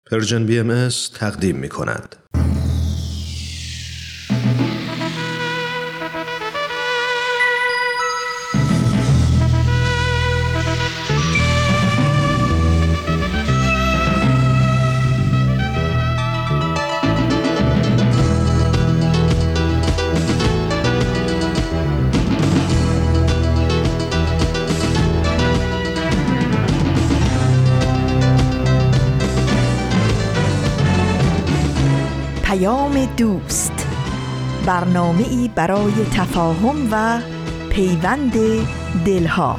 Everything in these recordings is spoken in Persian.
پرژن BMS تقدیم می کند. دوست، برنامه‌ای برای تفاهم و پیوند دلها.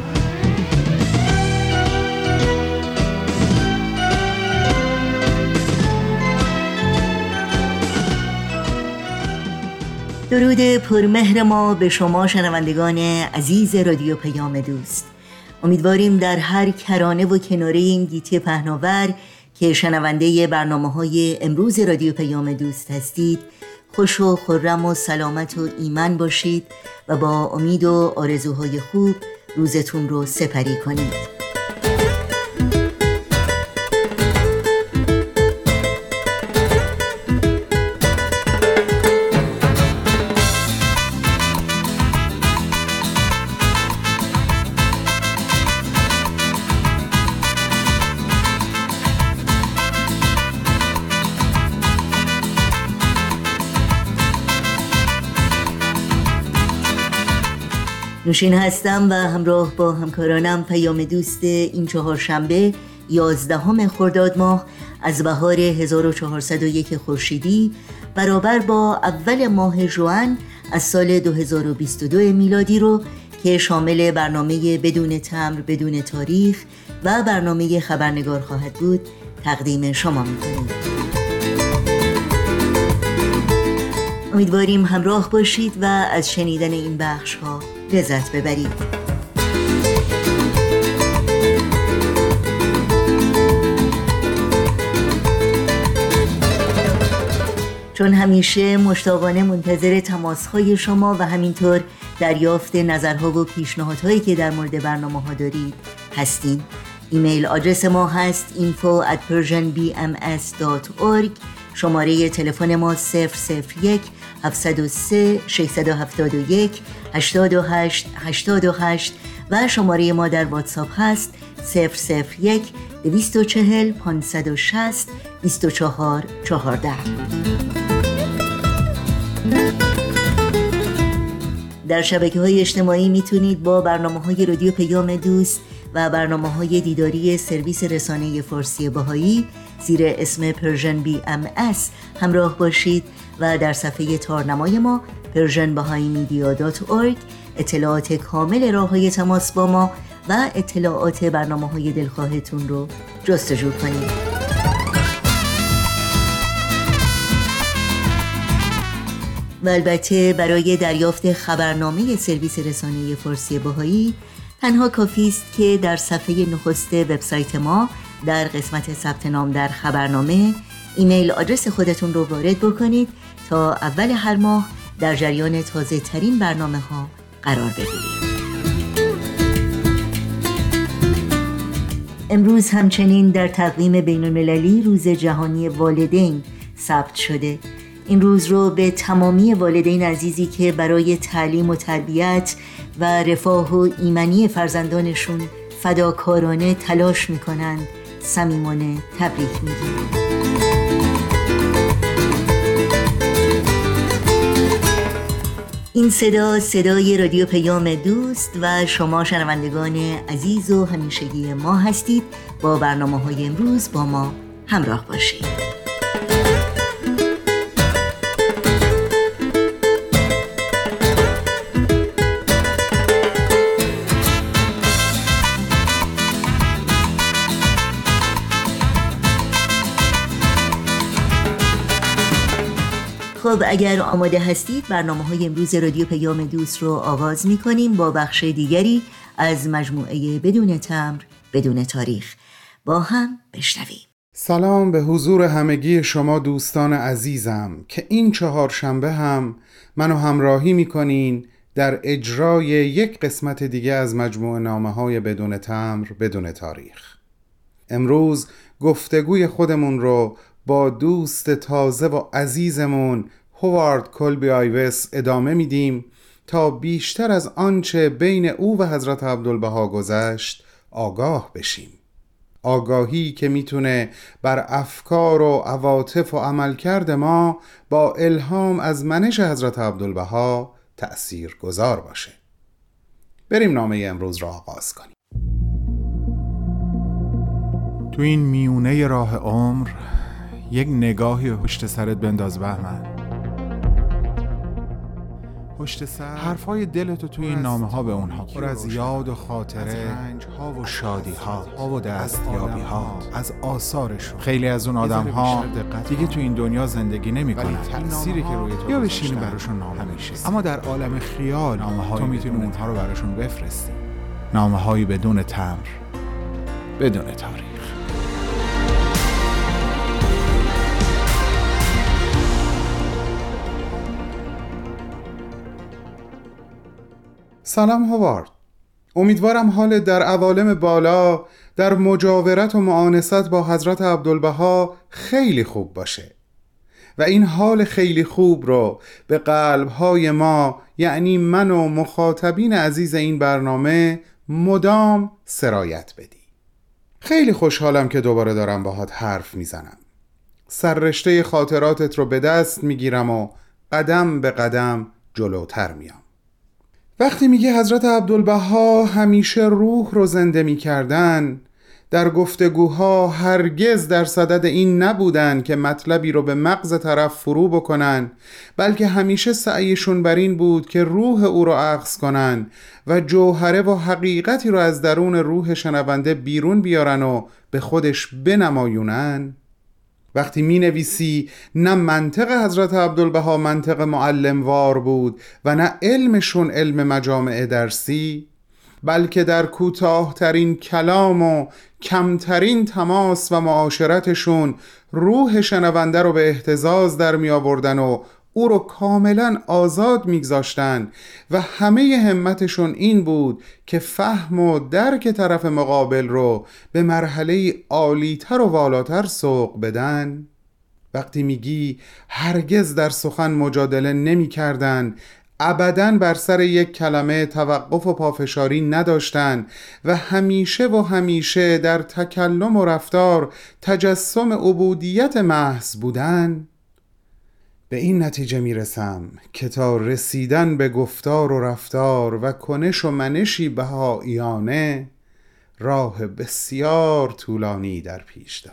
درود پرمهر ما به شما شنوندگان عزیز رادیو پیام دوست. امیدواریم در هر کرانه و کناره این گیتی پهناور که شنونده برنامه‌های امروز رادیو پیام دوست هستید خوش و خرم و سلامت و ایمن باشید و با امید و آرزوهای خوب روزتون رو سپری کنید. نوشین هستم و همراه با همکارانم پیام دوست این چهارشنبه 11 خرداد ماه از بهار 1401 خورشیدی برابر با اول ماه ژوئن از سال 2022 میلادی رو که شامل برنامه بدون تمبر بدون تاریخ و برنامه خبرنگار خواهد بود تقدیم شما می‌کنیم. امیدواریم همراه باشید و از شنیدن این بخش ها لذت ببرید. چون همیشه مشتاقانه منتظر تماس‌های شما و همینطور دریافت نظرها و پیشنهادهایی که در مورد برنامه‌ها دارید هستیم. ایمیل آدرس ما هست info@persianbms.org. شماره تلفن ما 001 703 671 88 88 و شماره ما در واتساپ هست 001 240 560 24 14. در شبکه‌های اجتماعی میتونید با برنامه‌های رادیو پیام دوست و برنامه‌های دیداری سرویس رسانه فارسی بهایی زیر اسم پرژن BMS همراه باشید و در صفحه تارنمای ما persianbahaimedia.org اطلاعات کامل راه‌های تماس با ما و اطلاعات برنامه‌های دلخواهتون رو جستجو کنید. و البته برای دریافت خبرنامه سرویس رسانه فارسی بهایی تنها کافی است که در صفحه نخست وبسایت ما در قسمت ثبت نام در خبرنامه ایمیل آدرس خودتون رو وارد بکنید تا اول هر ماه در جریان تازه ترین برنامه ها قرار بگیرید. امروز همچنین در تقویم بین المللی روز جهانی والدین ثبت شده. این روز رو به تمامی والدین عزیزی که برای تعلیم و تربیت و رفاه و ایمنی فرزندانشون فداکارانه تلاش میکنند صمیمانه تبریک میگیم. این صدای رادیو پیام دوست و شما شنوندگان عزیز و همیشگی ما هستید. با برنامه‌های امروز با ما همراه باشید. خب اگر آماده هستید برنامه‌های امروز رادیو پیام دوست رو آغاز می‌کنیم با بخش دیگری از مجموعه بدون تمبر بدون تاریخ. با هم بشنویم. سلام به حضور همگی شما دوستان عزیزم که این چهارشنبه هم منو همراهی می‌کنین در اجرای یک قسمت دیگه از مجموعه نامه‌های بدون تمبر بدون تاریخ. امروز گفتگوی خودمون رو با دوست تازه و عزیزمون هوارد کلبی آیوس ادامه میدیم تا بیشتر از آنچه بین او و حضرت عبدالبها گذشت آگاه بشیم. آگاهی که میتونه بر افکار و عواطف و عملکرد ما با الهام از منش حضرت عبدالبها تأثیر گذار باشه. بریم نامه امروز را آغاز کنیم. تو این میونه راه عمر یک نگاهی پشت سرت بنداز بهمن. پشت سر حرفای دلتو توی این نامه ها به اونها پر از یاد و خاطره، رنج ها و شادی ها و دستیابی ها، از آثارشون. خیلی از اون آدم ها دیگه تو این دنیا زندگی نمی کنن، تأثیری که روی تو یا بشینی براشون نامه میشه، اما در عالم خیال تو میتونی اونها رو براشون بفرستی. نامه هایی بدون تمر، بدون تاریخ. سلام هوارد، امیدوارم حال در عوالم بالا در مجاورت و معانست با حضرت عبدالبها خیلی خوب باشه و این حال خیلی خوب رو به قلبهای ما، یعنی من و مخاطبین عزیز این برنامه، مدام سرایت بدی. خیلی خوشحالم که دوباره دارم باهات حرف میزنم. سررشته خاطراتت رو به دست میگیرم و قدم به قدم جلوتر میام. وقتی میگه حضرت عبدالبها همیشه روح رو زنده میکردن، در گفتگوها هرگز در صدد این نبودن که مطلبی رو به مغز طرف فرو بکنن، بلکه همیشه سعیشون بر این بود که روح او رو اخذ کنن و جوهره و حقیقتی رو از درون روح شنونده بیرون بیارن و به خودش بنمایونن. وقتی می نویسی نه منطق حضرت عبدالبها منطق معلموار بود و نه علمشون علم مجامع درسی، بلکه در کوتاه‌ترین کلام و کمترین تماس و معاشرتشون روح شنونده رو به اهتزاز در می آوردن و او رو کاملا آزاد میگذاشتن و همه همتشون این بود که فهم و درک طرف مقابل رو به مرحله عالی‌تر و والاتر سوق بدن. وقتی میگی هرگز در سخن مجادله نمی کردن، ابداً بر سر یک کلمه توقف و پافشاری نداشتن و همیشه در تکلم و رفتار تجسم عبودیت محض بودن، به این نتیجه میرسم که تا رسیدن به گفتار و رفتار و کنش و منشی بهائیانه راه بسیار طولانی در پیش دارم.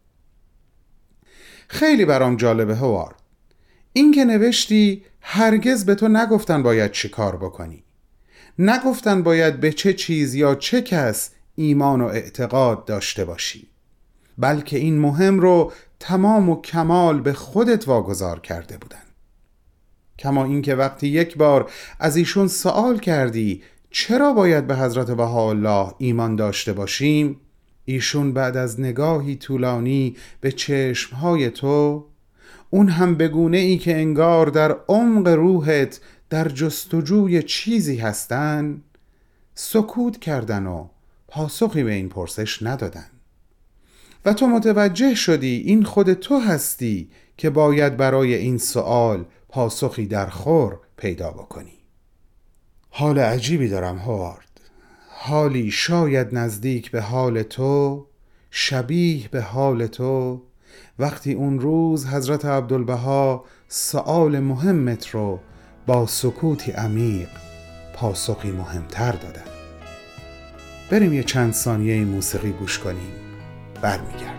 خیلی برام جالبه هوارد، این که نوشتی هرگز به تو نگفتن باید چی کار بکنی، نگفتن باید به چه چیز یا چه کس ایمان و اعتقاد داشته باشی، بلکه این مهم رو تمام و کمال به خودت واگذار کرده بودن. کما اینکه وقتی یک بار از ایشون سوال کردی چرا باید به حضرت بهاءالله ایمان داشته باشیم، ایشون بعد از نگاهی طولانی به چشمهای تو، اون هم به گونه ای که انگار در عمق روحت در جستجوی چیزی هستن، سکوت کردن و پاسخی به این پرسش ندادن و تو متوجه شدی این خود تو هستی که باید برای این سوال پاسخی در خور پیدا بکنی. حال عجیبی دارم هوارد، حالی شاید نزدیک به حال تو، شبیه به حال تو، وقتی اون روز حضرت عبدالبها سوال مهمت رو با سکوتی عمیق پاسخی مهمتر دادن. بریم یه چند ثانیه موسیقی گوش کنیم، برمیگردم.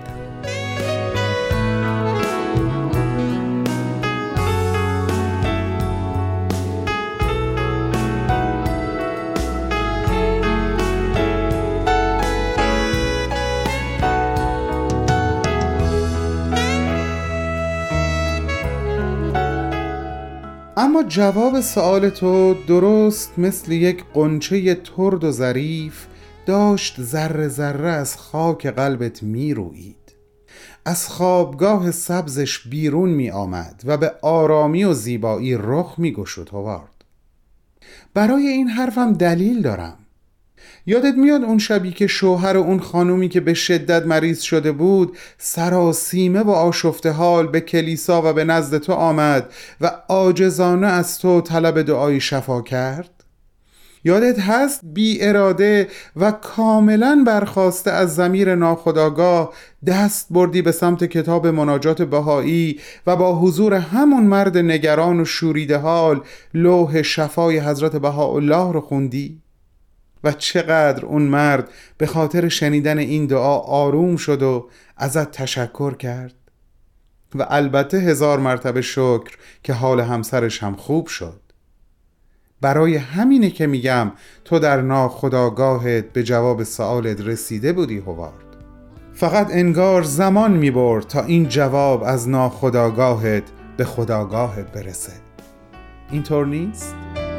اما جواب سوال تو درست مثل یک غنچه ترد و ظریف داشت ذره ذره از خاک قلبت می روید، از خوابگاه سبزش بیرون می آمد و به آرامی و زیبایی رخ می گشود. هوارد، برای این حرفم دلیل دارم. یادت میاد اون شبی که شوهر اون خانومی که به شدت مریض شده بود سراسیمه و آشفته حال به کلیسا و به نزد تو آمد و عاجزانه از تو طلب دعای شفا کرد؟ یادت هست بی اراده و کاملا برخاسته از ضمیر ناخودآگاه دست بردی به سمت کتاب مناجات بهایی و با حضور همون مرد نگران و شوریده حال لوح شفای حضرت بهاءالله رو خوندی؟ و چقدر اون مرد به خاطر شنیدن این دعا آروم شد و ازت تشکر کرد. و البته 1000 مرتبه شکر که حال همسرش هم خوب شد. برای همینه که میگم تو در ناخودآگاهت به جواب سوالت رسیده بودی هوارد. فقط انگار زمان میبرد تا این جواب از ناخودآگاهت به خودآگاهت برسه. اینطور نیست؟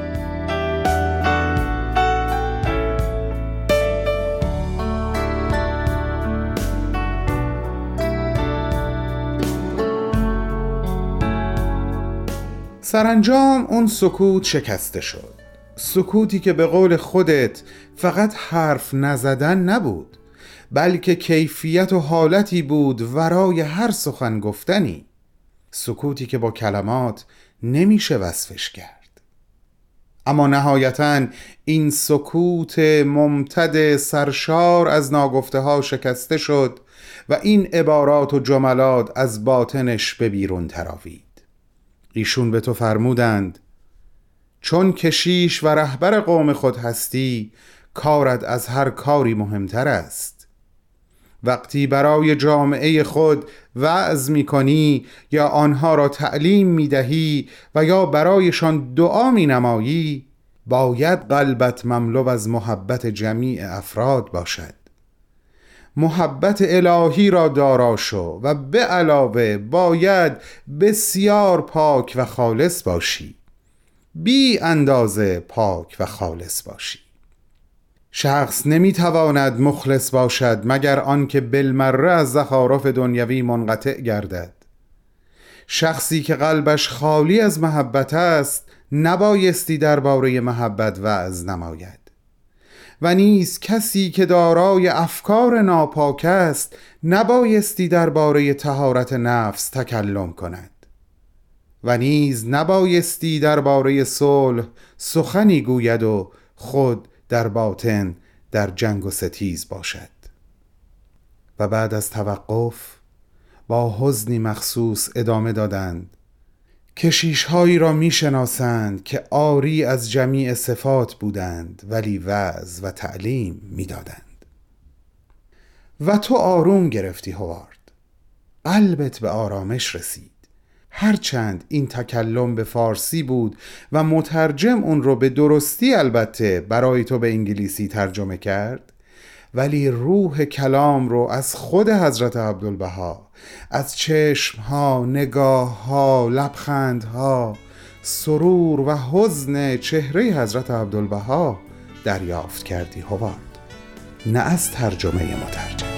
سرانجام اون سکوت شکسته شد. سکوتی که به قول خودت فقط حرف نزدن نبود، بلکه کیفیت و حالتی بود ورای هر سخن گفتنی. سکوتی که با کلمات نمیشه وصفش کرد. اما نهایتاً این سکوت ممتد سرشار از ناگفته ها شکسته شد و این عبارات و جملات از باطنش به بیرون تراوید. ایشون به تو فرمودند چون کشیش و رهبر قوم خود هستی کارت از هر کاری مهمتر است. وقتی برای جامعه خود وعظ می کنی یا آنها را تعلیم می دهی و یا برایشان دعا می نمایی باید قلبت مملو از محبت جمیع افراد باشد. محبت الهی را دارا شو و به علاوه باید بسیار پاک و خالص باشی، بی اندازه پاک و خالص باشی. شخص نمیتواند مخلص باشد مگر آنکه بالمره از زخارف دنیوی منقطع گردد. شخصی که قلبش خالی از محبت است نبایستی درباره محبت وعظ نماید و نیز کسی که دارای افکار ناپاک است نبایستی درباره طهارت نفس تکلم کند و نیز نبایستی درباره صلح سخنی گوید و خود در باطن در جنگ و ستیز باشد. و بعد از توقف با حزنی مخصوص ادامه دادند کشیش هایی را می شناسند که عاری از جمیع صفات بودند ولی وعظ و تعلیم می دادند. و تو آروم گرفتی هوارد، قلبت به آرامش رسید. هرچند این تکلم به فارسی بود و مترجم اون رو به درستی البته برای تو به انگلیسی ترجمه کرد، ولی روح کلام رو از خود حضرت عبدالبها، از چشمها، نگاهها، لبخندها، سرور و حزن چهره حضرت عبدالبها دریافت کردی هوارد، نه از ترجمه مترجم.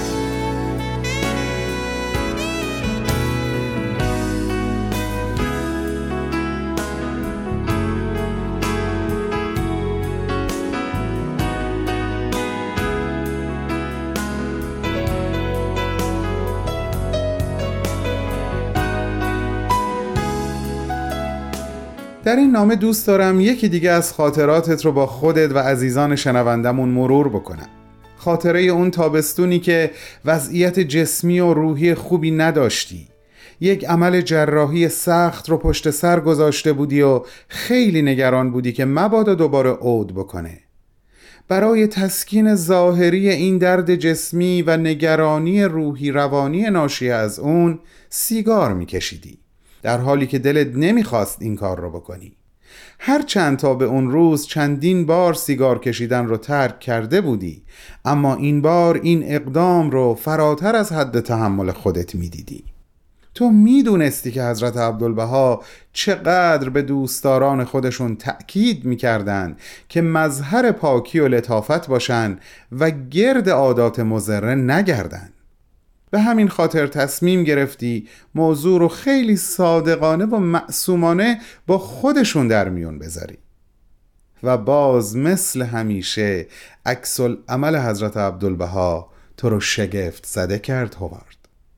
در این نامه دوست دارم یکی دیگه از خاطراتت رو با خودت و عزیزان شنوندمون مرور بکنم. خاطره اون تابستونی که وضعیت جسمی و روحی خوبی نداشتی، یک عمل جراحی سخت رو پشت سر گذاشته بودی و خیلی نگران بودی که مبادا دوباره عود بکنه. برای تسکین ظاهری این درد جسمی و نگرانی روحی روانی ناشی از اون سیگار میکشیدی، در حالی که دلت نمیخواست این کار رو بکنی. هرچند تا به اون روز چندین بار سیگار کشیدن رو ترک کرده بودی، اما این بار این اقدام رو فراتر از حد تحمل خودت میدیدی. تو میدونستی که حضرت عبدالبها چقدر به دوستداران خودشون تأکید میکردن که مظهر پاکی و لطافت باشن و گرد عادات مضره نگردن. به همین خاطر تصمیم گرفتی موضوع رو خیلی صادقانه و معصومانه با خودشون در میون بذاری. و باز مثل همیشه عکس العمل حضرت عبدالبها تو رو شگفت زده کرد هوارد.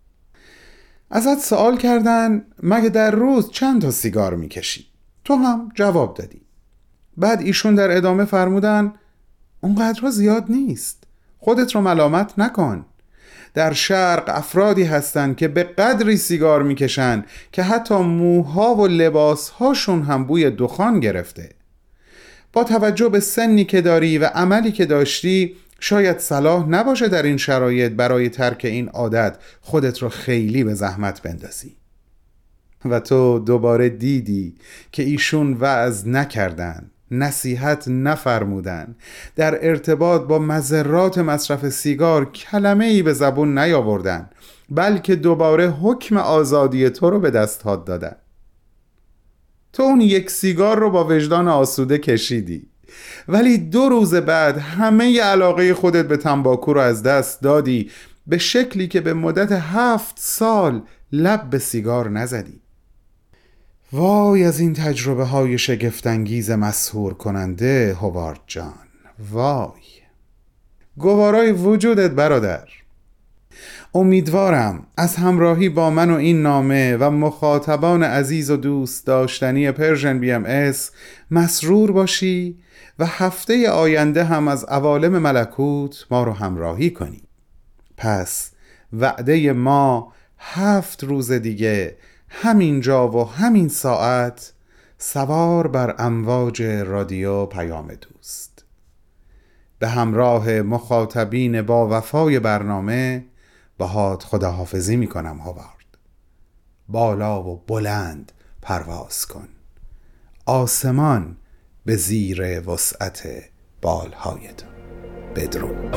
ازت سوال کردن مگه در روز چند تا سیگار میکشی؟ تو هم جواب دادی. بعد ایشون در ادامه فرمودن اونقدر زیاد نیست، خودت رو ملامت نکن. در شرق افرادی هستن که به قدری سیگار میکشن که حتی موها و لباسهاشون هم بوی دخان گرفته. با توجه به سنی که داری و عملی که داشتی شاید صلاح نباشه در این شرایط برای ترک این عادت خودت رو خیلی به زحمت بندازی. و تو دوباره دیدی که ایشون وعظ نکردن، نصیحت نفرمودن، در ارتباط با مضرات مصرف سیگار کلمه‌ای به زبون نیاوردن، بلکه دوباره حکم آزادی تو رو به دستات دادن. تو اون یک سیگار رو با وجدان آسوده کشیدی، ولی 2 روز بعد همه علاقه خودت به تنباکو رو از دست دادی به شکلی که به مدت 7 سال لب به سیگار نزدی. وای از این تجربه های شگفت‌انگیز مسحور کننده هوارد جان، وای. گوارای وجودت برادر. امیدوارم از همراهی با من و این نامه و مخاطبان عزیز و دوست داشتنی پرژن BMS مسرور باشی و هفته آینده هم از عوالم ملکوت ما رو همراهی کنی. پس وعده ما 7 روز دیگه همین جا و همین ساعت سوار بر امواج رادیو پیام دوست. به همراه مخاطبین با وفای برنامه باهات خداحافظی میکنم هوارد. بالا و بلند پرواز کن، آسمان به زیر وسعت بالهای تو. بدرود.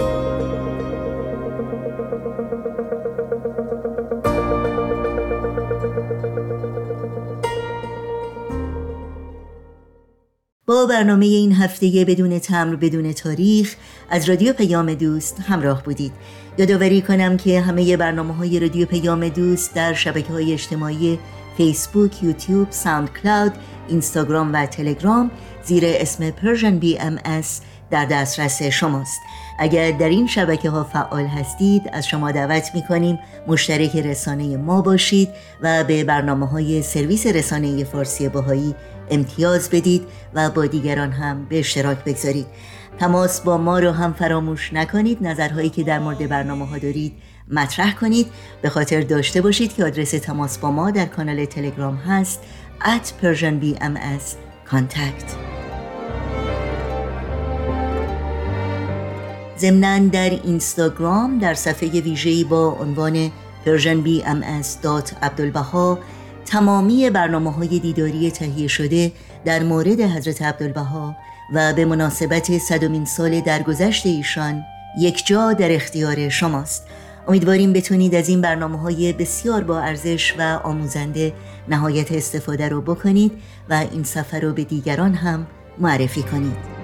با برنامه این هفته بدون تمر بدون تاریخ از رادیو پیام دوست همراه بودید. یادآوری کنم که همه برنامه‌های رادیو پیام دوست در شبکه‌های اجتماعی فیسبوک، یوتیوب، ساوند کلاود، اینستاگرام و تلگرام زیر اسم پرژن BMS در دسترس شماست. اگر در این شبکه‌ها فعال هستید از شما دعوت می‌کنیم مشترک رسانه ما باشید و به برنامه‌های سرویس رسانه فارسی بهایی امتیاز بدید و با دیگران هم به اشتراک بگذارید. تماس با ما رو هم فراموش نکنید. نظرهایی که در مورد برنامه‌ها دارید مطرح کنید. به خاطر داشته باشید که آدرس تماس با ما در کانال تلگرام هست @PersianBMS contact. ضمناً در اینستاگرام در صفحه ویژه‌ای با عنوان persianbms.abdulbaha تمامی برنامه‌های دیداری تهیه شده در مورد حضرت عبدالبها و به مناسبت 100مین سال درگذشت ایشان یک جا در اختیار شماست. امیدواریم بتونید از این برنامه‌های بسیار با ارزش و آموزنده نهایت استفاده رو بکنید و این سفر رو به دیگران هم معرفی کنید.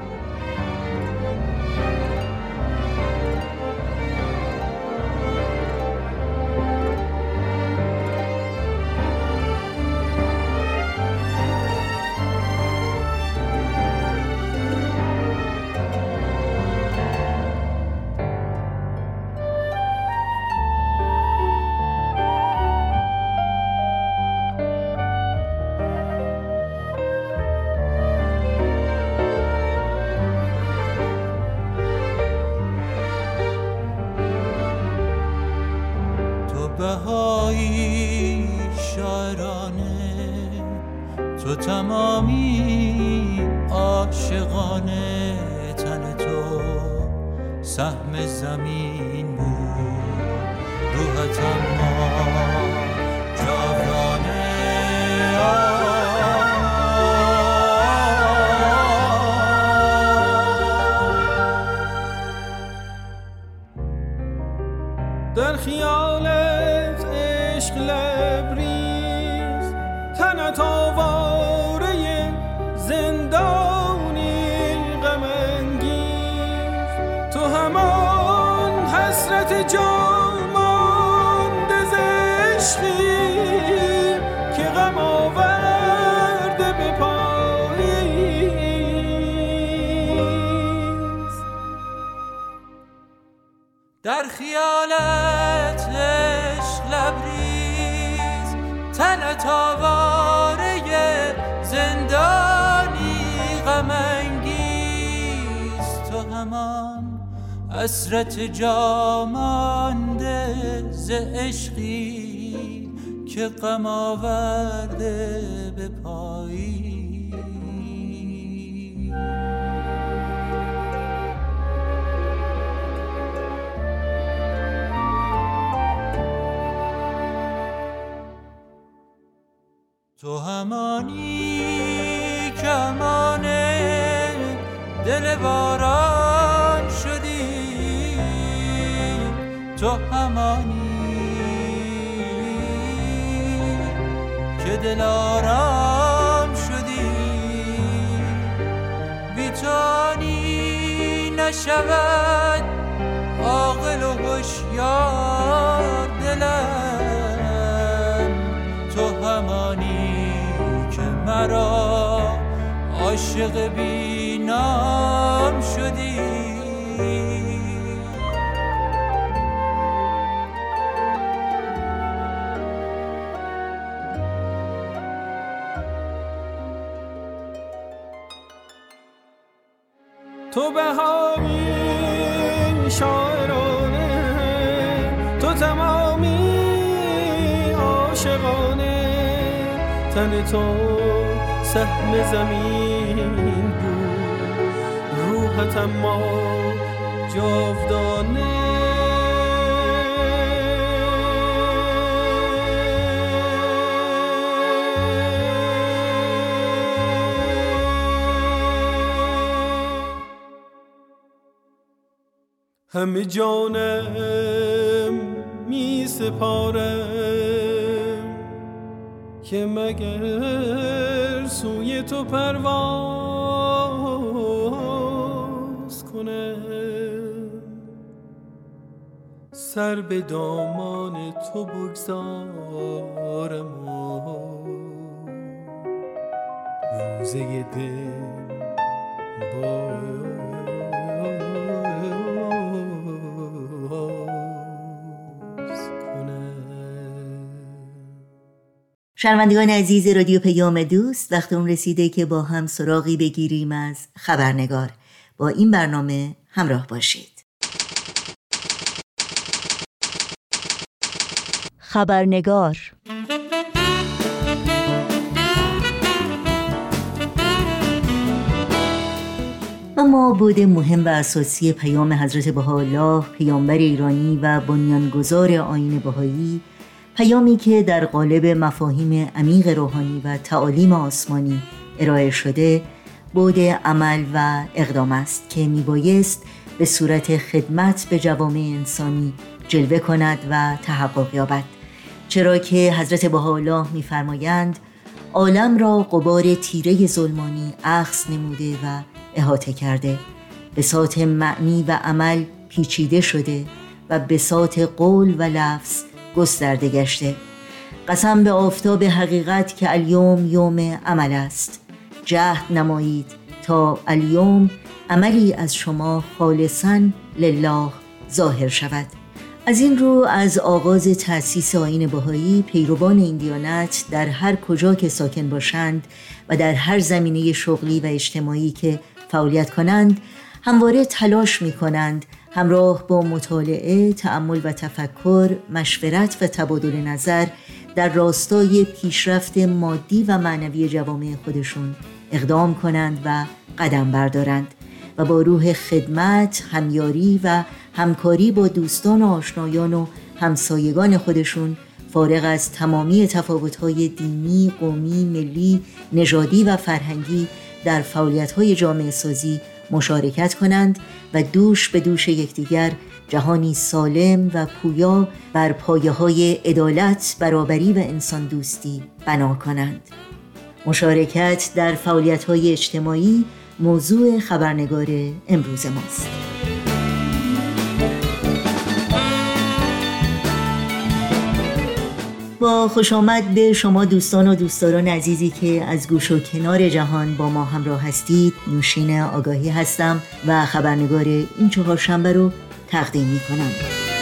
بهایی شاعرانه، تو تمامی عاشقانه، تن تو سهم زمین بود، روحت اما جاودانه. در خیالت عشق لبریز، تنت آواره زندانی غم انگیز، تو همان حسرت جان مانده ز عشقی که غم آورده به پاییز. در خیالت عشق لبریز، تنت آواره زندانی غم انگیز، تو همان حسرت جا مانده ز عشقی که غم آورده به پایی. تو همانی که امان دل باران شدی، تو همانی که دل آرام شدی، بی‌توانی نشود عاقل و هوشیار دلم، تو همانی که مرا عاشق بی نام شدی. تو بهایی شاعرانه، تو تمامی عاشقانه، تن تو سهم زمین بود، روحت اما جاودانه. همه جانم می سپارم که مگر سوی تو پرواز کنم، سر به دامان تو بگذارم و روزه دل شنوندگان عزیز رادیو پیام دوست، وقت اون رسیده که با هم سراغی بگیریم از خبرنگار. با این برنامه همراه باشید. خبرنگار. اما بود مهم و اساسی پیام حضرت بهاءالله، پیامبر ایرانی و بنیانگذار آیین بهایی، پیامی که در قالب مفاهیم عمیق روحانی و تعالیم آسمانی ارائه شده، بود عمل و اقدام است که میبایست به صورت خدمت به جوامع انسانی جلوه کند و تحقق یابد، چرا که حضرت بهاءالله می‌فرمایند عالم را غبار تیره ظلمانی اخذ نموده و احاطه کرده، بساط معنی و عمل پیچیده شده و بساط قول و لفظ گسترده گشته. قسم به آفتاب حقیقت که الیوم یوم عمل است، جهد نمایید تا الیوم عملی از شما خالصاً لله ظاهر شود. از این رو از آغاز تأسیس آیین بهایی، پیروان این دیانت در هر کجا که ساکن باشند و در هر زمینه شغلی و اجتماعی که فعالیت کنند، همواره تلاش می کنند همراه با مطالعه، تأمل و تفکر، مشورت و تبادل نظر در راستای پیشرفت مادی و معنوی جوامع خودشون اقدام کنند و قدم بردارند و با روح خدمت، همیاری و همکاری با دوستان و آشنایان و همسایگان خودشون، فارغ از تمامی تفاوت‌های دینی، قومی، ملی، نژادی و فرهنگی، در فعالیت‌های جامعه سازی مشارکت کنند و دوش به دوش یکدیگر جهانی سالم و پویا بر پایه‌های عدالت، برابری و انسان دوستی بنا کنند. مشارکت در فعالیت‌های اجتماعی موضوع خبرنگار امروز ماست. با خوش آمد به شما دوستان و دوستداران عزیزی که از گوش و کنار جهان با ما همراه هستید. نوشین آگاهی هستم و خبرنگار این چهارشنبه رو تقدیم می کنم.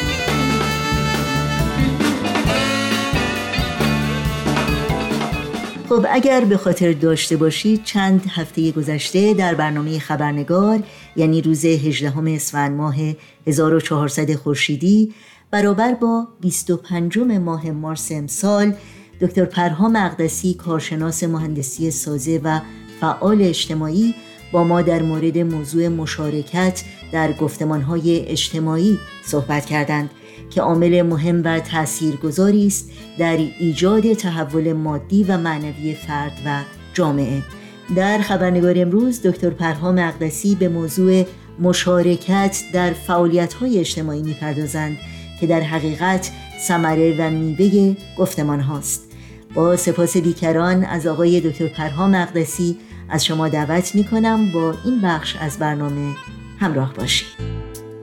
خب اگر به خاطر داشته باشید چند هفته گذشته در برنامه خبرنگار، یعنی روز 18 اسفند ماه 1400 خورشیدی برابر با 25 ماه مارس امسال، دکتر پرهام اقدسی، کارشناس مهندسی سازه و فعال اجتماعی، با ما در مورد موضوع مشارکت در گفتمان‌های اجتماعی صحبت کردند که عامل مهم و تاثیرگذاری است در ایجاد تحول مادی و معنوی فرد و جامعه. در خبرنگار امروز دکتر پرهام اقدسی به موضوع مشارکت در فعالیت‌های اجتماعی می‌پردازند که در حقیقت ثمره و میوه گفتمان هاست. با سپاس بیکران از آقای دکتر پرهام اقدسی از شما دعوت می‌کنم با این بخش از برنامه همراه باشید.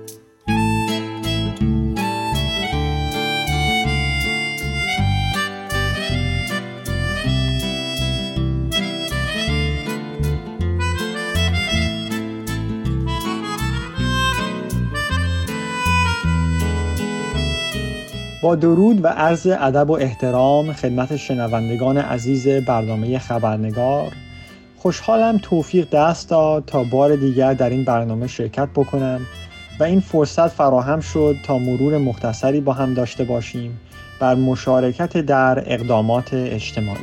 با درود و عرض ادب و احترام خدمت شنوندگان عزیز برنامه خبرنگار، خوشحالم توفیق دست داد تا بار دیگر در این برنامه شرکت بکنم و این فرصت فراهم شد تا مرور مختصری با هم داشته باشیم بر مشارکت در اقدامات اجتماعی.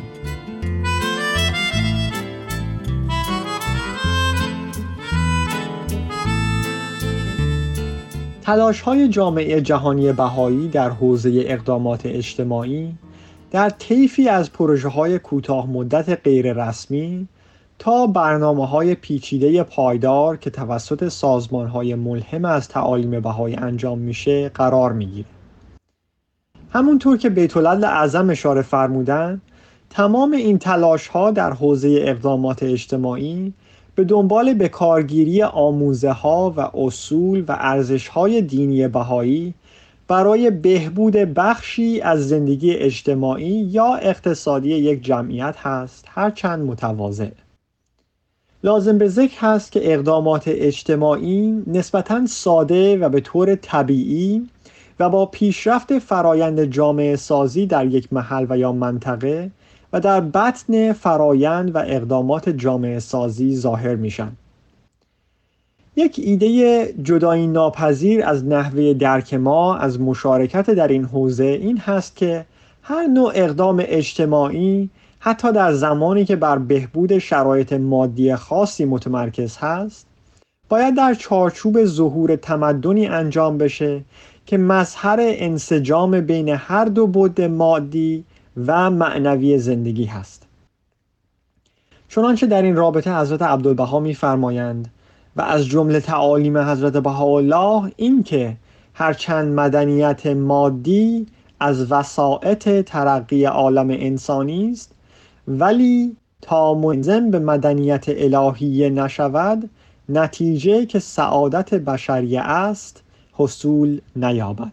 تلاش‌های جامعه جهانی بهایی در حوزه اقدامات اجتماعی در طیفی از پروژه‌های کوتاه مدت غیر رسمی تا برنامه‌های پیچیده پایدار که توسط سازمان‌های ملهم از تعالیم بهایی انجام میشه قرار میگیره. همونطور که بیت‌العدل اعظم اشاره فرمودن، تمام این تلاش‌ها در حوزه اقدامات اجتماعی به دنبال بکارگیری آموزه‌ها و اصول و ارزش‌های دینی بهایی برای بهبود بخشی از زندگی اجتماعی یا اقتصادی یک جمعیت هست، هرچند متواضع. لازم به ذکر هست که اقدامات اجتماعی نسبتاً ساده و به طور طبیعی و با پیشرفت فرایند جامعه سازی در یک محل و یا منطقه و در بطن فرایند و اقدامات جامعه سازی ظاهر میشن. یک ایده جدایی ناپذیر از نحوه درک ما از مشارکت در این حوزه این هست که هر نوع اقدام اجتماعی حتی در زمانی که بر بهبود شرایط مادی خاصی متمرکز هست، باید در چارچوب ظهور تمدنی انجام بشه که مظهر انسجام بین هر دو بعد مادی و معنوی زندگی هست. چنانچه در این رابطه حضرت عبدالبها می‌فرمایند و از جمله تعالیم حضرت بهاءالله این که هرچند مدنیت مادی از وسائط ترقی عالم انسانی است، ولی تا منظم به مدنیت الهیه نشود، نتیجه که سعادت بشریه است حصول نیابد.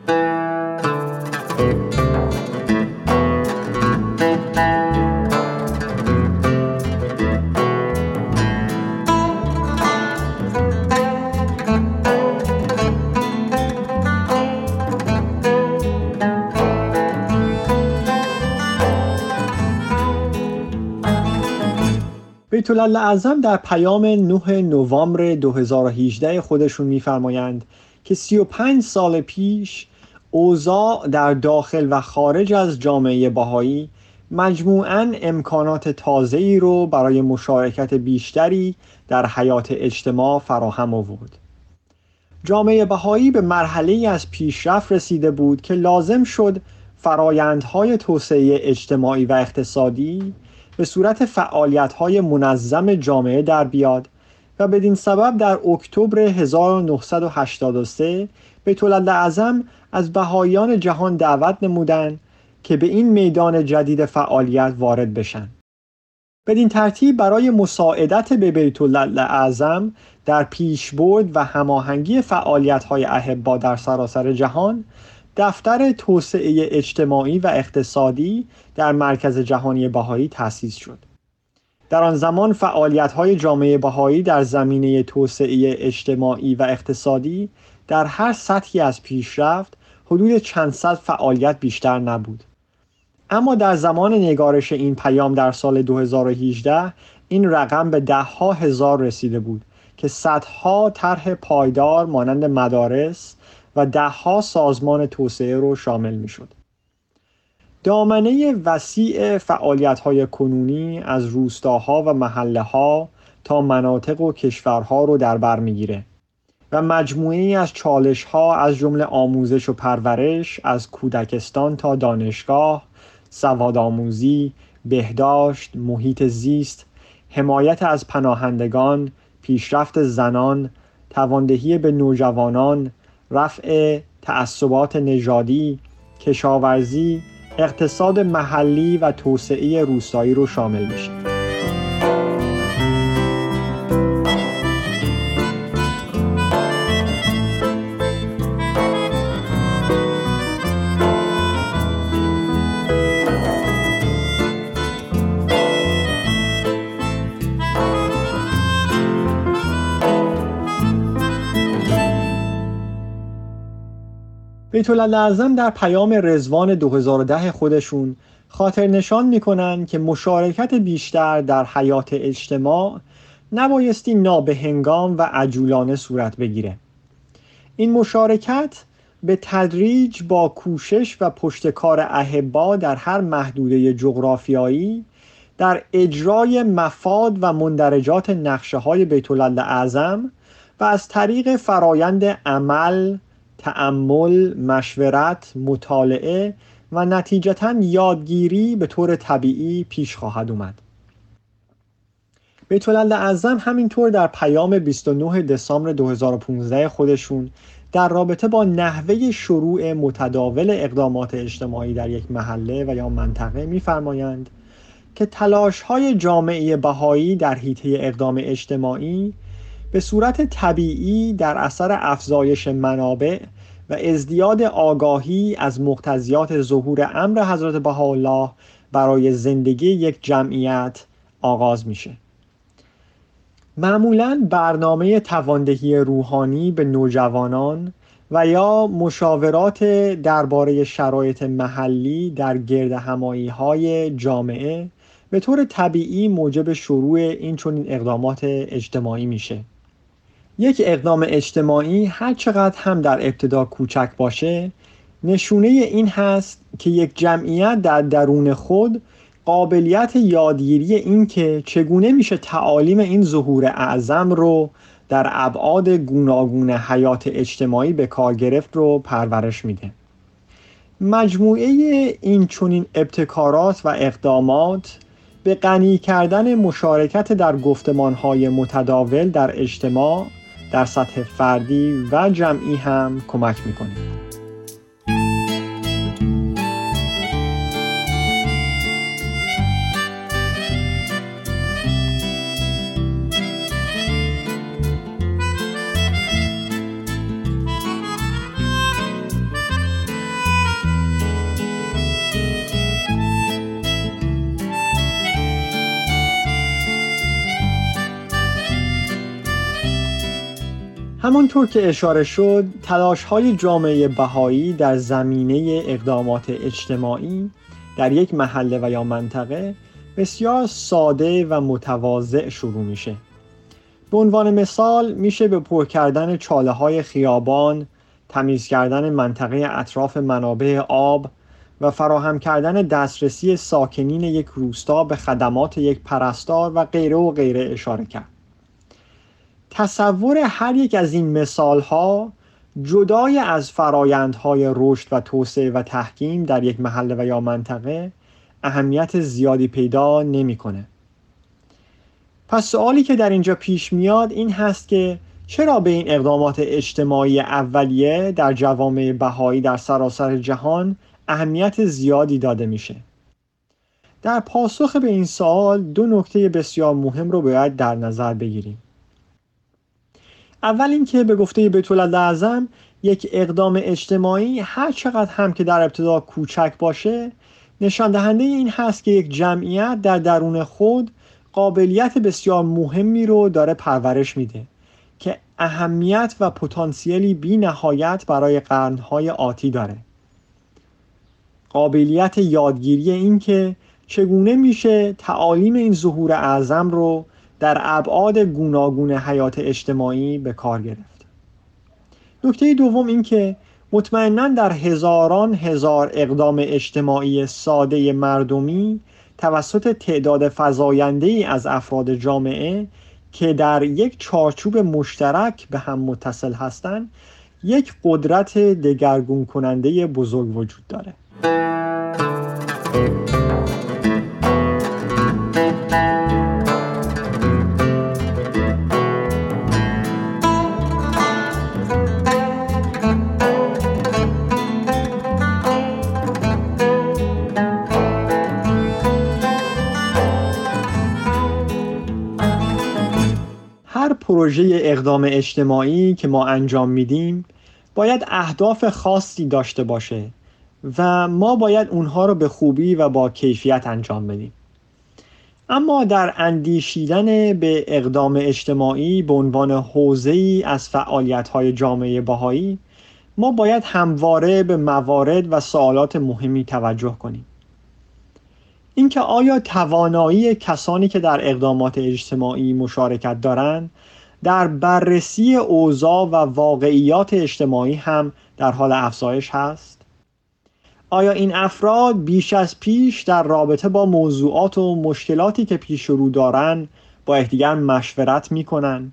بیت‌العدل اعظم در پیام 9 نوامبر 2018 خودشون می‌فرمایند که 35 سال پیش اوضاع در داخل و خارج از جامعه بهایی مجموعاً امکانات تازه‌ای رو برای مشارکت بیشتری در حیات اجتماع فراهم آورد. جامعه بهایی به مرحله‌ای از پیشرفت رسیده بود که لازم شد فرایندهای توسعه اجتماعی و اقتصادی به صورت فعالیت‌های منظم جامعه در بیاد و بدین سبب در اکتبر 1983 بیت‌العدل اعظم از بهاییان جهان دعوت نمودند که به این میدان جدید فعالیت وارد بشن. بدین ترتیب برای مساعدت به بیت‌العدل اعظم در پیشبرد و هماهنگی فعالیت‌های احبا در سراسر جهان، دفتر توسعه اجتماعی و اقتصادی در مرکز جهانی بهایی تأسیس شد. در آن زمان فعالیت‌های جامعه بهایی در زمینه توسعه اجتماعی و اقتصادی در هر سطحی از پیشرفت حدود چند صد فعالیت بیشتر نبود. اما در زمان نگارش این پیام در سال 2018 این رقم به 10,000 رسیده بود که صدها طرح پایدار مانند مدارس و 10 سازمان توسعه رو شامل می شد. دامنه وسیع فعالیت‌های کنونی از روستاها و محله‌ها تا مناطق و کشورها رو در بر می‌گیره و مجموعه‌ای از چالش‌ها از جمله آموزش و پرورش از کودکستان تا دانشگاه، سوادآموزی، بهداشت، محیط زیست، حمایت از پناهندگان، پیشرفت زنان، تواندهی به نوجوانان، رفع تعصبات نژادی، کشاورزی، اقتصاد محلی و توسعه روستایی رو شامل میشه. بیت‌الاعظم در پیام رضوان 2010 خودشون خاطر نشان میکنن که مشارکت بیشتر در حیات اجتماع نبایستی نابهنگام و عجولانه صورت بگیره. این مشارکت به تدریج با کوشش و پشتکار احبا در هر محدوده جغرافیایی در اجرای مفاد و مندرجات نقشه‌های بیت‌الاعظم و از طریق فرایند عمل، تأمل، مشورت، مطالعه و نتیجتاً یادگیری به طور طبیعی پیش خواهد اومد. بیت‌الاعظم همینطور در پیام 29 دسامبر 2015 خودشون در رابطه با نحوه شروع متداول اقدامات اجتماعی در یک محله و یا منطقه می‌فرمایند که تلاش‌های جامعه بهایی در حیطه اقدام اجتماعی به صورت طبیعی در اثر افزایش منابع و ازدیاد آگاهی از مقتضیات ظهور امر حضرت بهاءالله برای زندگی یک جمعیت آغاز میشه. معمولاً برنامه تواندهی روحانی به نوجوانان و یا مشاورات درباره شرایط محلی در گردهمایی‌های جامعه به طور طبیعی موجب شروع این چنین اقدامات اجتماعی میشه. یک اقدام اجتماعی هر چقدر هم در ابتدا کوچک باشه، نشونه این هست که یک جمعیت در درون خود قابلیت یادگیری این که چگونه میشه تعالیم این ظهور اعظم رو در ابعاد گوناگون حیات اجتماعی به کار گرفت رو پرورش میده. مجموعه این چنین ابتکارات و اقدامات به غنی کردن مشارکت در گفتمان‌های متداول در اجتماع در سطح فردی و جمعی هم کمک میکنه. همانطور که اشاره شد، تلاش‌های جامعه بهایی در زمینه اقدامات اجتماعی در یک محله و یا منطقه بسیار ساده و متواضع شروع میشه. به عنوان مثال میشه به پر کردن چاله‌های خیابان، تمیز کردن منطقه اطراف منابع آب و فراهم کردن دسترسی ساکنین یک روستا به خدمات یک پرستار و غیره و غیره اشاره کرد. تصور هر یک از این مثال‌ها جدای از فرایندهای رشد و توسعه و تحکیم در یک محله و یا منطقه اهمیت زیادی پیدا نمی‌کنه. پس سوالی که در اینجا پیش میاد این هست که چرا به این اقدامات اجتماعی اولیه در جوامع بهایی در سراسر جهان اهمیت زیادی داده میشه؟ در پاسخ به این سوال دو نکته بسیار مهم رو باید در نظر بگیریم. اول اینکه به گفته بیت‌الاعظم یک اقدام اجتماعی هر چقدر هم که در ابتدا کوچک باشه نشان دهنده این هست که یک جمعیت در درون خود قابلیت بسیار مهمی رو داره پرورش میده که اهمیت و پتانسیلی بی نهایت برای قرنهای آتی داره. قابلیت یادگیری این که چگونه میشه تعالیم این ظهور اعظم رو در ابعاد گوناگون حیات اجتماعی به کار گرفت. نکته دوم این که مطمئناً در هزاران هزار اقدام اجتماعی ساده مردمی توسط تعداد فزاینده‌ای از افراد جامعه که در یک چارچوب مشترک به هم متصل هستند، یک قدرت دگرگون کننده بزرگ وجود داره. هر پروژه اقدام اجتماعی که ما انجام میدیم باید اهداف خاصی داشته باشه و ما باید اونها رو به خوبی و با کیفیت انجام بدیم. اما در اندیشیدن به اقدام اجتماعی به عنوان حوزه‌ای از فعالیت‌های جامعه بهایی، ما باید همواره به موارد و سوالات مهمی توجه کنیم. اینکه آیا توانایی کسانی که در اقدامات اجتماعی مشارکت دارند در بررسی اوضاع و واقعیات اجتماعی هم در حال افزایش هست؟ آیا این افراد بیش از پیش در رابطه با موضوعات و مشکلاتی که پیش رو دارند با یکدیگر مشورت می‌کنند؟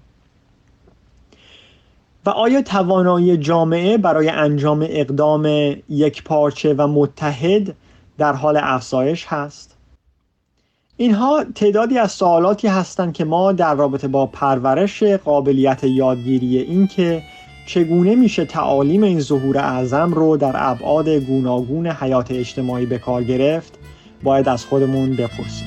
و آیا توانایی جامعه برای انجام اقدام یکپارچه و متحد در حال افزایش هست؟ اینها تعدادی از سوالاتی هستند که ما در رابطه با پرورش قابلیت یادگیری این که چگونه میشه تعالیم این ظهور اعظم رو در ابعاد گوناگون حیات اجتماعی به کار گرفت باید از خودمون بپرسیم.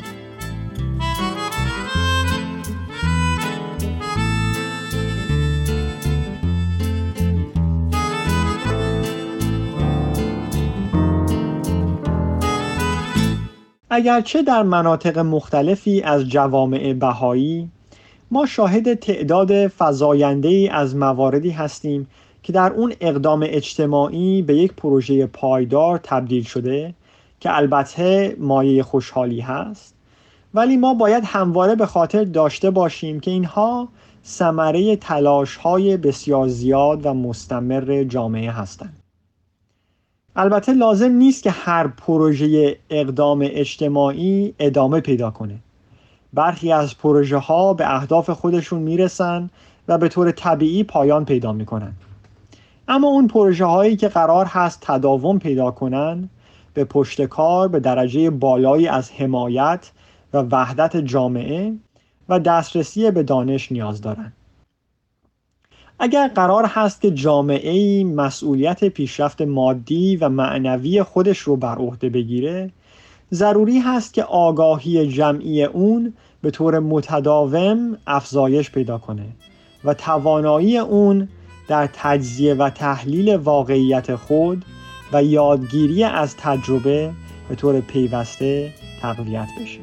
اگرچه در مناطق مختلفی از جوامع بهایی ما شاهد تعداد فزاینده‌ای از مواردی هستیم که در اون اقدام اجتماعی به یک پروژه پایدار تبدیل شده که البته مایه خوشحالی هست، ولی ما باید همواره به خاطر داشته باشیم که اینها ثمره تلاش‌های بسیار زیاد و مستمر جامعه هستند. البته لازم نیست که هر پروژه اقدام اجتماعی ادامه پیدا کنه. برخی از پروژه ها به اهداف خودشون میرسن و به طور طبیعی پایان پیدا میکنن. اما اون پروژه هایی که قرار هست تداوم پیدا کنن به پشت کار به درجه بالایی از حمایت و وحدت جامعه و دسترسی به دانش نیاز دارن. اگر قرار هست که جامعه‌ای مسئولیت پیشرفت مادی و معنوی خودش رو بر عهده بگیره، ضروری هست که آگاهی جمعی اون به طور متداوم افزایش پیدا کنه و توانایی اون در تجزیه و تحلیل واقعیت خود و یادگیری از تجربه به طور پیوسته تقویت بشه.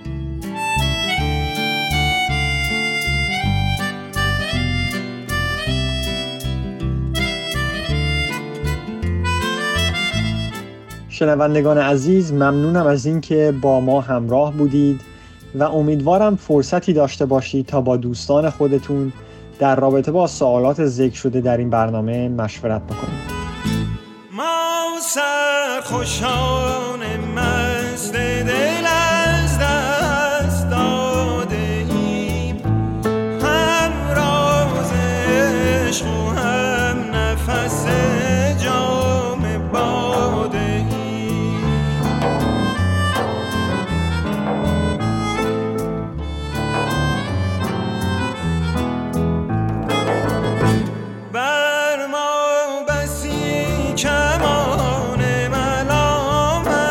شنوندگان عزیز، ممنونم از اینکه با ما همراه بودید و امیدوارم فرصتی داشته باشید تا با دوستان خودتون در رابطه با سوالات ذکر شده در این برنامه مشورت بکنید. ما سرخوشان مست دل از دست داده ایم، هم راز عشق و هم نفس جام باده ایم. بر ما بسی کمان ملامت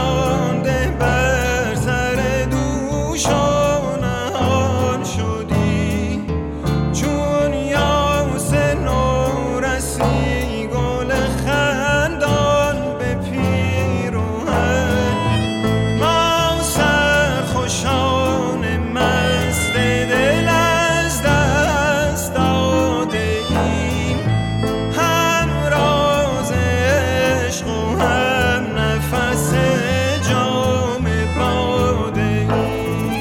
مانده بر سر دوش و نهان شدی، چون یاس نورسی گل خندان به پیراهن. ما سرخوشان مست دل از دست داده ایم، هم راز عشق و هم نفس جام باده ایم.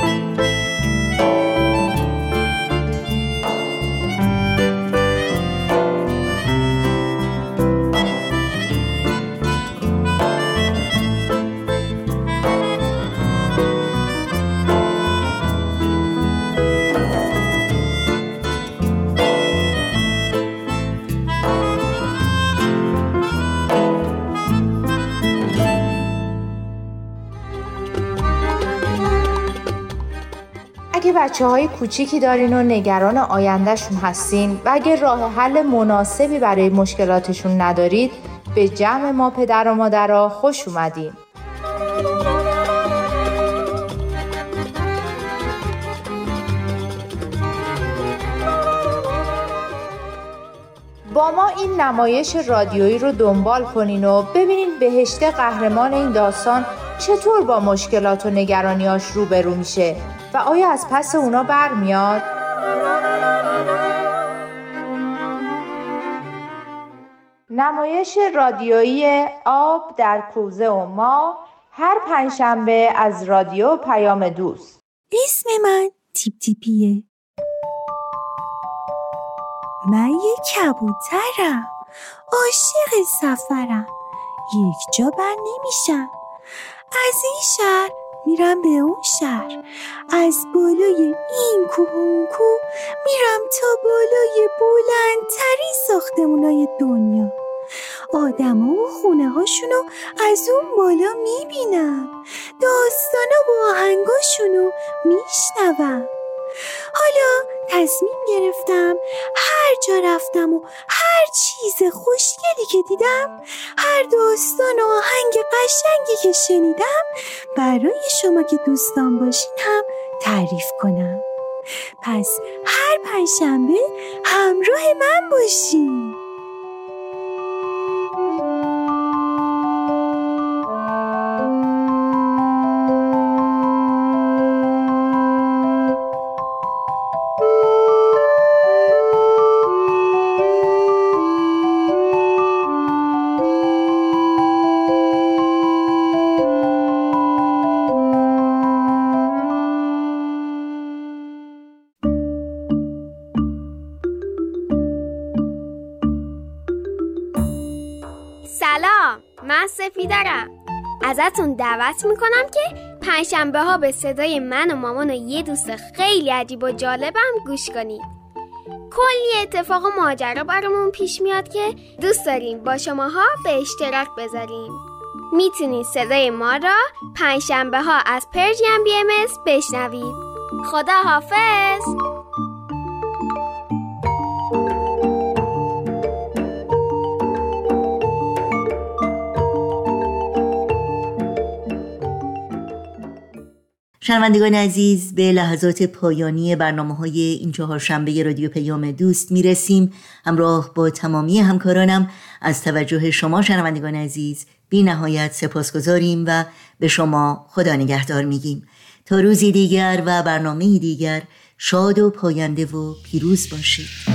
اگه بچه‌های کوچیکی دارین و نگران آیندهشون هستین و اگه راه حل مناسبی برای مشکلاتشون ندارید، به جمع ما پدر و مادرها خوش اومدین. با ما این نمایش رادیویی رو دنبال کنین و ببینین بهشته قهرمان این داستان چطور با مشکلات و نگرانیاش روبرو میشه و آیا از پس اونا برمیاد؟ نمایش رادیویی آب در کوزه و ما هر پنجشنبه از رادیو پیام دوست. اسم من تیپ تیپیه. من یک کبوترم، عاشق سفرم، یک جا بر نمیشم. از این شهر میرم به اون شهر، از بالای این کوه و اون کوه میرم تا بالای بلندترین ساختمونای دنیا. آدما و خونه هاشونو از اون بالا میبینم، داستانا و آهنگاشونو میشنوم. حالا تصمیم گرفتم هر جا رفتم و هر چیز خوشگلی که دیدم، هر داستان و آهنگ قشنگی که شنیدم، برای شما که دوستان باشین هم تعریف کنم. پس هر پنجشنبه همراه من باشین. سلام، من سفیدرم. ازتون دعوت میکنم که پنجشنبه ها به صدای من و مامان و یه دوست خیلی عجیب و جالبم گوش کنید. کلی اتفاق و ماجرا برامون پیش میاد که دوست داریم با شماها به اشتراک بذاریم. میتونید صدای ما را پنجشنبه ها از پرژین BMS بشنوید. خدا حافظ. شنوندگان عزیز، به لحظات پایانی برنامه‌های این چهارشنبه رادیو پیام دوست میرسیم. همراه با تمامی همکارانم از توجه شما شنوندگان عزیز بی نهایت سپاسگزاریم و به شما خدا نگهدار میگیم. تا روزی دیگر و برنامه‌ای دیگر شاد و پاینده و پیروز باشید.